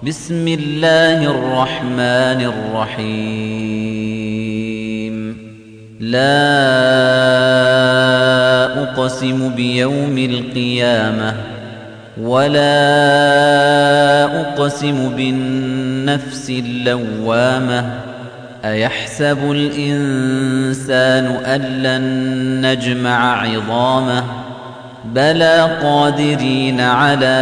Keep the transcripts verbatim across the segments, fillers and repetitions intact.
بسم الله الرحمن الرحيم لا أقسم بيوم القيامة ولا أقسم بالنفس اللوامة أيحسب الإنسان أن لن نجمع عظامه بلى قادرين على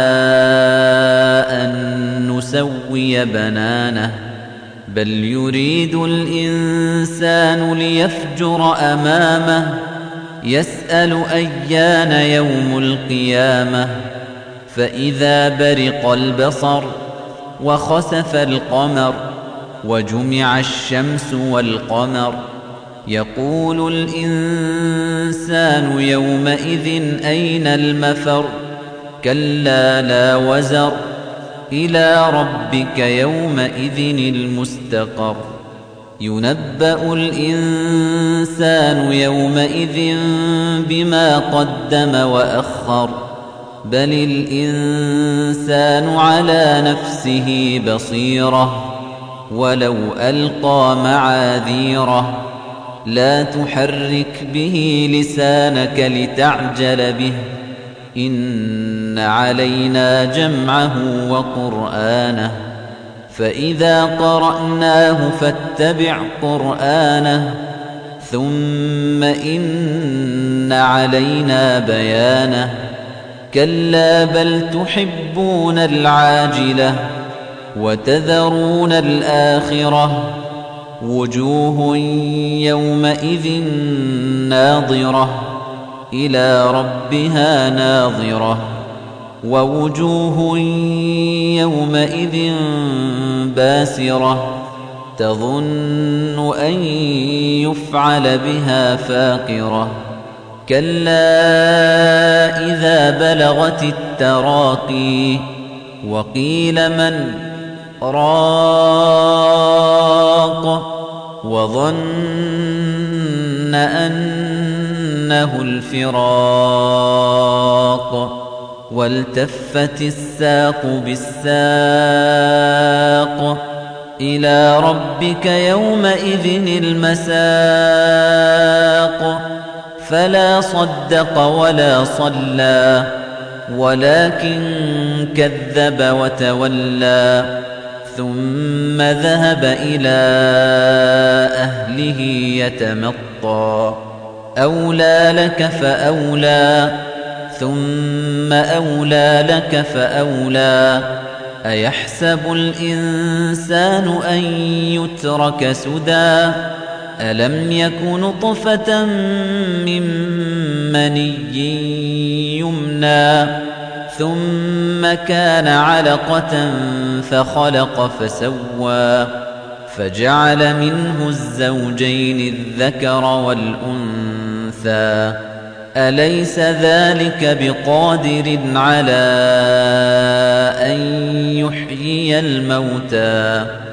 أن نسوي بنانه بل يريد الإنسان ليفجر أمامه يسأل أيان يوم القيامة فإذا برق البصر وخسف القمر وجمع الشمس والقمر يقول الإنسان يومئذ أين المفر كلا لا وزر إلى ربك يومئذ المستقر ينبأ الإنسان يومئذ بما قدم وأخر بل الإنسان على نفسه بصيرة ولو ألقى معاذيره لا تحرك به لسانك لتعجل به إن علينا جمعه وقرآنه فإذا قرأناه فاتبع قرآنه ثم إن علينا بيانه كلا بل تحبون العاجلة وتذرون الآخرة وجوه يومئذ ناظرة إلى ربها ناظرة ووجوه يومئذ باسرة تظن أن يفعل بها فاقرة كلا إذا بلغت التراقي وقيل من راق وظن أنه الفراق والتفت الساق بالساق إلى ربك يومئذ المساق فلا صدق ولا صلى ولكن كذب وتولى ثم ذهب إلى أهله يتمطى أولى لك فأولى ثم أولى لك فأولى أيحسب الإنسان أن يترك سدى ألم يك نطفة من مني يمنى ثم كان علقة فخلق فسوى فجعل منه الزوجين الذكر والأنثى أليس ذلك بقادر على أن يحيي الموتى